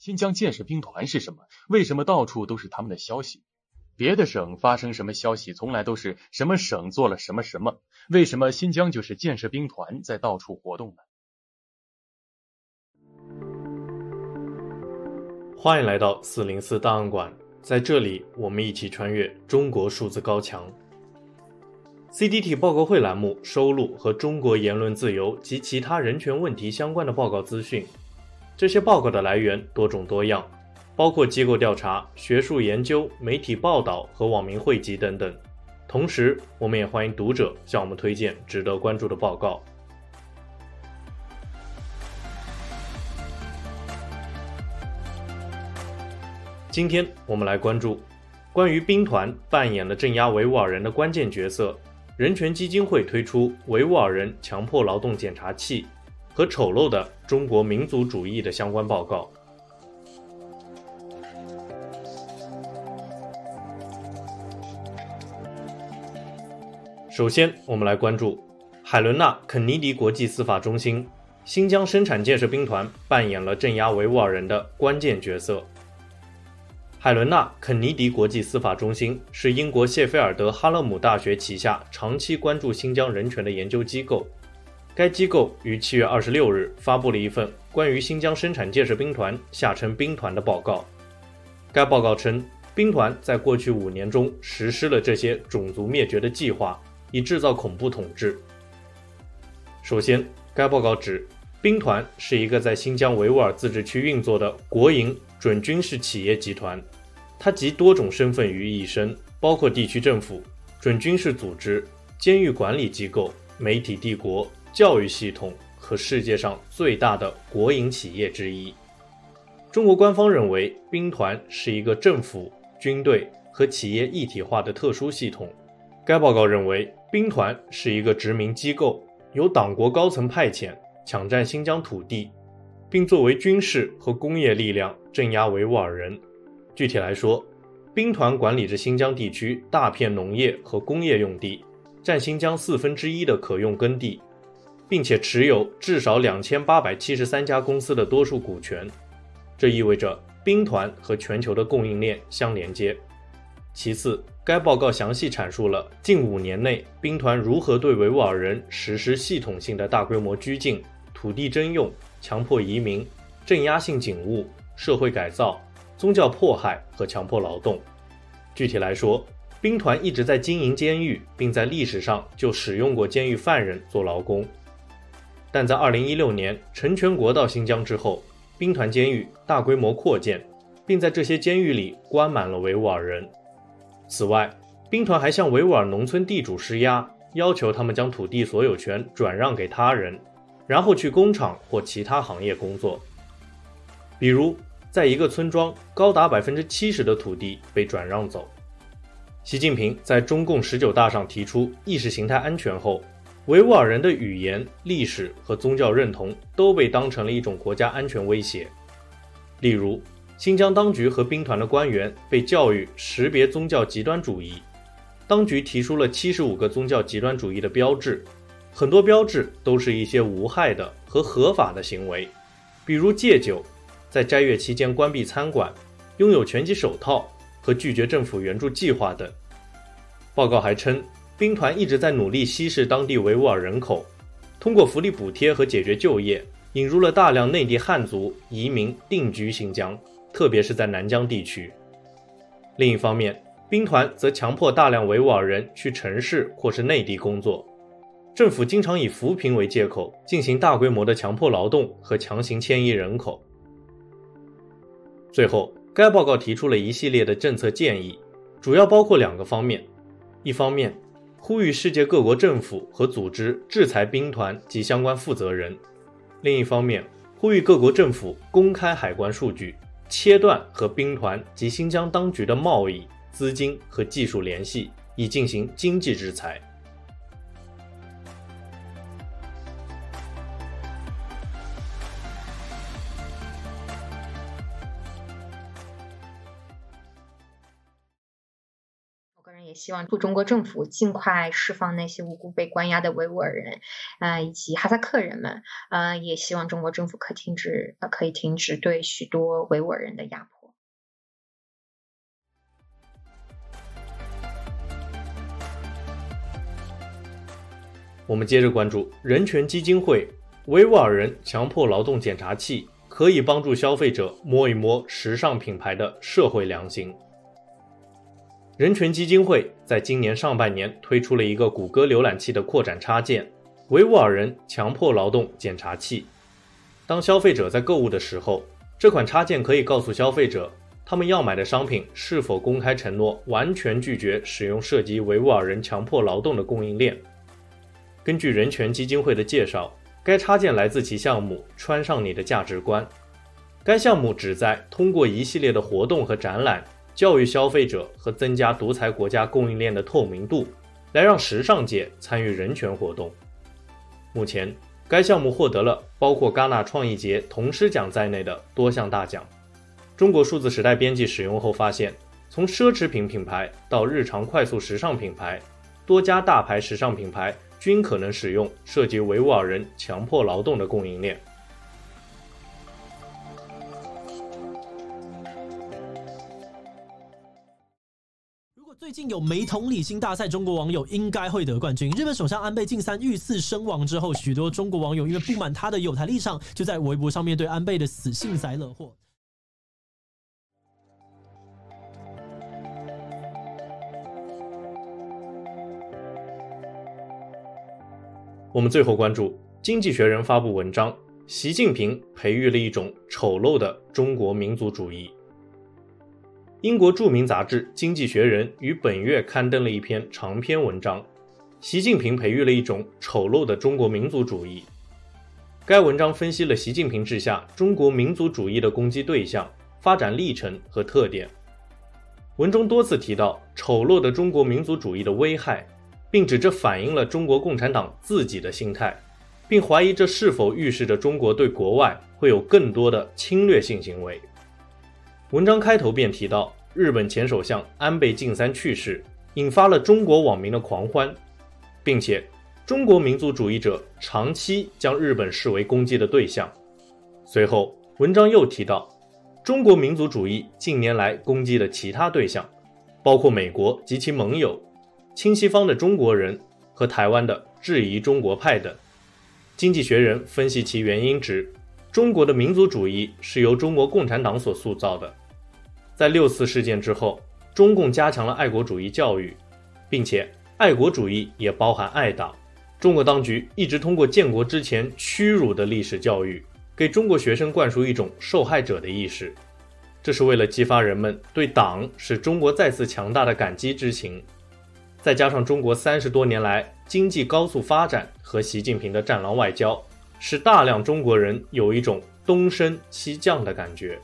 新疆建设兵团是什么？为什么到处都是他们的消息？别的省发生什么消息，从来都是什么省做了什么什么，为什么新疆就是建设兵团在到处活动呢？ 欢迎来到404档案馆，在这里我们一起穿越中国数字高墙。CDT 报告会栏目收录和中国言论自由及其他人权问题相关的报告资讯，这些报告的来源多种多样，包括机构调查、学术研究、媒体报道和网民汇集等等。同时，我们也欢迎读者向我们推荐值得关注的报告。今天我们来关注关于兵团扮演了镇压维吾尔人的关键角色，人权基金会推出维吾尔人强迫劳动检查器和丑陋的中国民族主义的相关报告。首先，我们来关注海伦娜·肯尼迪国际司法中心，新疆生产建设兵团扮演了镇压维吾尔人的关键角色。海伦娜·肯尼迪国际司法中心是英国谢菲尔德哈勒姆大学旗下长期关注新疆人权的研究机构。该机构于7月26日发布了一份关于新疆生产建设兵团下称兵团的报告。该报告称，兵团在过去5年中实施了这些种族灭绝的计划，以制造恐怖统治。首先，该报告指，兵团是一个在新疆维吾尔自治区运作的国营准军事企业集团，它集多种身份于一身，包括地区政府、准军事组织、监狱管理机构、媒体帝国、教育系统和世界上最大的国营企业之一。中国官方认为，兵团是一个政府、军队和企业一体化的特殊系统。该报告认为，兵团是一个殖民机构，由党国高层派遣，抢占新疆土地，并作为军事和工业力量镇压维吾尔人。具体来说，兵团管理着新疆地区大片农业和工业用地，占新疆1/4的可用耕地，并且持有至少2873家公司的多数股权。这意味着兵团和全球的供应链相连接。其次，该报告详细阐述了近5年内兵团如何对维吾尔人实施系统性的大规模拘禁、土地征用、强迫移民、镇压性警务、社会改造、宗教迫害和强迫劳动。具体来说，兵团一直在经营监狱，并在历史上就使用过监狱犯人做劳工。但在2016年陈全国到新疆之后，兵团监狱大规模扩建，并在这些监狱里关满了维吾尔人。此外，兵团还向维吾尔农村地主施压，要求他们将土地所有权转让给他人，然后去工厂或其他行业工作。比如，在一个村庄，高达70%的土地被转让走。习近平在中共19大上提出意识形态安全后，维吾尔人的语言、历史和宗教认同都被当成了一种国家安全威胁。例如，新疆当局和兵团的官员被教育识别宗教极端主义，当局提出了75个宗教极端主义的标志，很多标志都是一些无害的和合法的行为，比如戒酒、在斋月期间关闭餐馆、拥有拳击手套和拒绝政府援助计划等。报告还称，兵团一直在努力稀释当地维吾尔人口，通过福利补贴和解决就业，引入了大量内地汉族移民定居新疆，特别是在南疆地区。另一方面，兵团则强迫大量维吾尔人去城市或是内地工作，政府经常以扶贫为借口，进行大规模的强迫劳动和强行迁移人口。最后，该报告提出了一系列的政策建议，主要包括2个方面。一方面，呼吁世界各国政府和组织制裁兵团及相关负责人；另一方面，呼吁各国政府公开海关数据，切断和兵团及新疆当局的贸易、资金和技术联系，以进行经济制裁。 人也希望中国政府尽快释放那些无辜被关押的维吾尔人，以及哈萨克人们，也希望中国政府可以停止对许多维吾尔人的压迫。 我们接着关注人权基金会，维吾尔人强迫劳动检查器可以帮助消费者摸一摸时尚品牌的社会良心。人权基金会在今年上半年推出了一个谷歌浏览器的扩展插件——维吾尔人强迫劳动检查器。当消费者在购物的时候，这款插件可以告诉消费者，他们要买的商品是否公开承诺完全拒绝使用涉及维吾尔人强迫劳动的供应链。根据人权基金会的介绍，该插件来自其项目“穿上你的价值观”。该项目旨在通过一系列的活动和展览，教育消费者和增加独裁国家供应链的透明度，来让时尚界参与人权活动。目前，该项目获得了包括戛纳创意节铜狮奖在内的多项大奖。中国数字时代编辑使用后发现，从奢侈品品牌到日常快速时尚品牌，多家大牌时尚品牌均可能使用涉及维吾尔人强迫劳动的供应链。 最近有没同理心大赛，中国网友应该会得冠军。日本首相安倍晋三遇刺身亡之后，许多中国网友因为不满他的友台立场，就在微博上面对安倍的死性仔惹祸。 我们最后关注《经济学人》发布文章，习近平培育了一种丑陋的中国民族主义。英国著名杂志《经济学人》于本月刊登了一篇长篇文章，习近平培育了一种丑陋的中国民族主义。该文章分析了习近平治下中国民族主义的攻击对象、发展历程和特点。文中多次提到丑陋的中国民族主义的危害，并指这反映了中国共产党自己的心态，并怀疑这是否预示着中国对国外会有更多的侵略性行为。文章开头便提到，日本前首相安倍晋三去世，引发了中国网民的狂欢，并且中国民族主义者长期将日本视为攻击的对象。随后，文章又提到，中国民族主义近年来攻击的其他对象，包括美国及其盟友、亲西方的中国人和台湾的质疑中国派等。经济学人分析其原因指，中国的民族主义是由中国共产党所塑造的。在6·4事件之后，中共加强了爱国主义教育，并且爱国主义也包含爱党。中国当局一直通过建国之前屈辱的历史教育，给中国学生灌输一种受害者的意识，这是为了激发人们对党使中国再次强大的感激之情。再加上中国30多年来经济高速发展和习近平的战狼外交，使大量中国人有一种东升西降的感觉。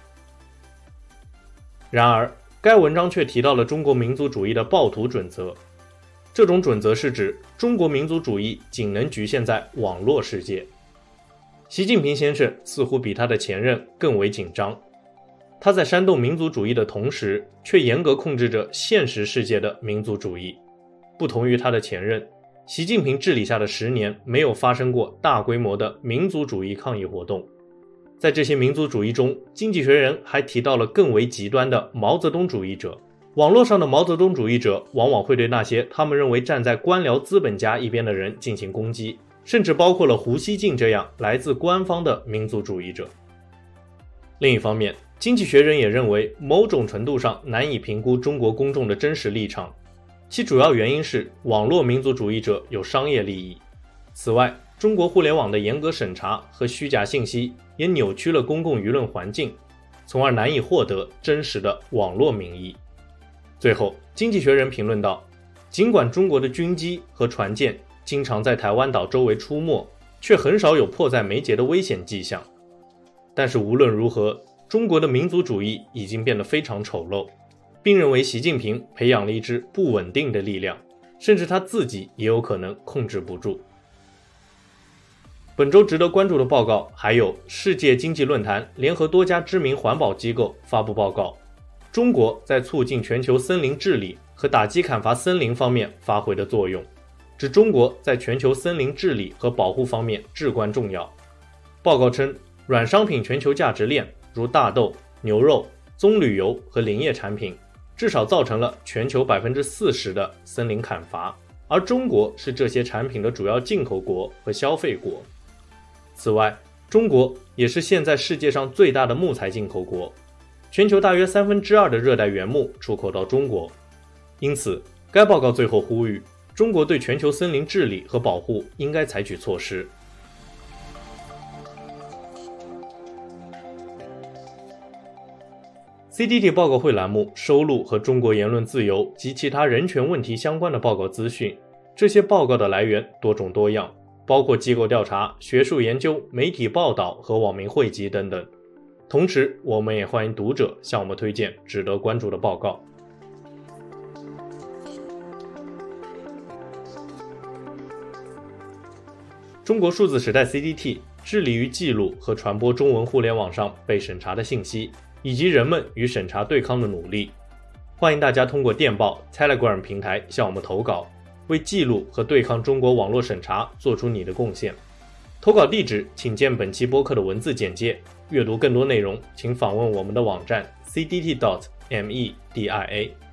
然而，该文章却提到了中国民族主义的暴徒准则。这种准则是指中国民族主义仅能局限在网络世界。习近平先生似乎比他的前任更为紧张，他在煽动民族主义的同时，却严格控制着现实世界的民族主义。不同于他的前任，习近平治理下的10年没有发生过大规模的民族主义抗议活动。在这些民族主义中，经济学人还提到了更为极端的毛泽东主义者。网络上的毛泽东主义者往往会对那些他们认为站在官僚资本家一边的人进行攻击，甚至包括了胡锡进这样来自官方的民族主义者。另一方面，经济学人也认为某种程度上难以评估中国公众的真实立场，其主要原因是网络民族主义者有商业利益。此外，中国互联网的严格审查和虚假信息也扭曲了公共舆论环境，从而难以获得真实的网络民意。最后，经济学人评论道，尽管中国的军机和船舰经常在台湾岛周围出没，却很少有迫在眉睫的危险迹象。但是无论如何，中国的民族主义已经变得非常丑陋，并认为习近平培养了一支不稳定的力量，甚至他自己也有可能控制不住。本周值得关注的报告还有世界经济论坛联合多家知名环保机构发布报告， 中国在促进全球森林治理和打击砍伐森林方面发挥的作用，指中国在全球森林治理和保护方面至关重要。报告称，软商品全球价值链如大豆、牛肉、棕榈油和林业产品，至少造成了全球 40% 的森林砍伐，而中国是这些产品的主要进口国和消费国。此外，中国也是现在世界上最大的木材进口国，全球大约2/3的热带原木出口到中国。因此，该报告最后呼吁，中国对全球森林治理和保护应该采取措施。CDT 报告会栏目收录和中国言论自由及其他人权问题相关的报告资讯，这些报告的来源多种多样，包括机构调查、学术研究、媒体报道和网民汇集等等。同时，我们也欢迎读者向我们推荐值得关注的报告。中国数字时代 CDT 致力于记录和传播中文互联网上被审查的信息，以及人们与审查对抗的努力。欢迎大家通过电报 Telegram 平台向我们投稿，为记录和对抗中国网络审查做出你的贡献。投稿地址请见本期播客的文字简介。阅读更多内容，请访问我们的网站 cdt.media。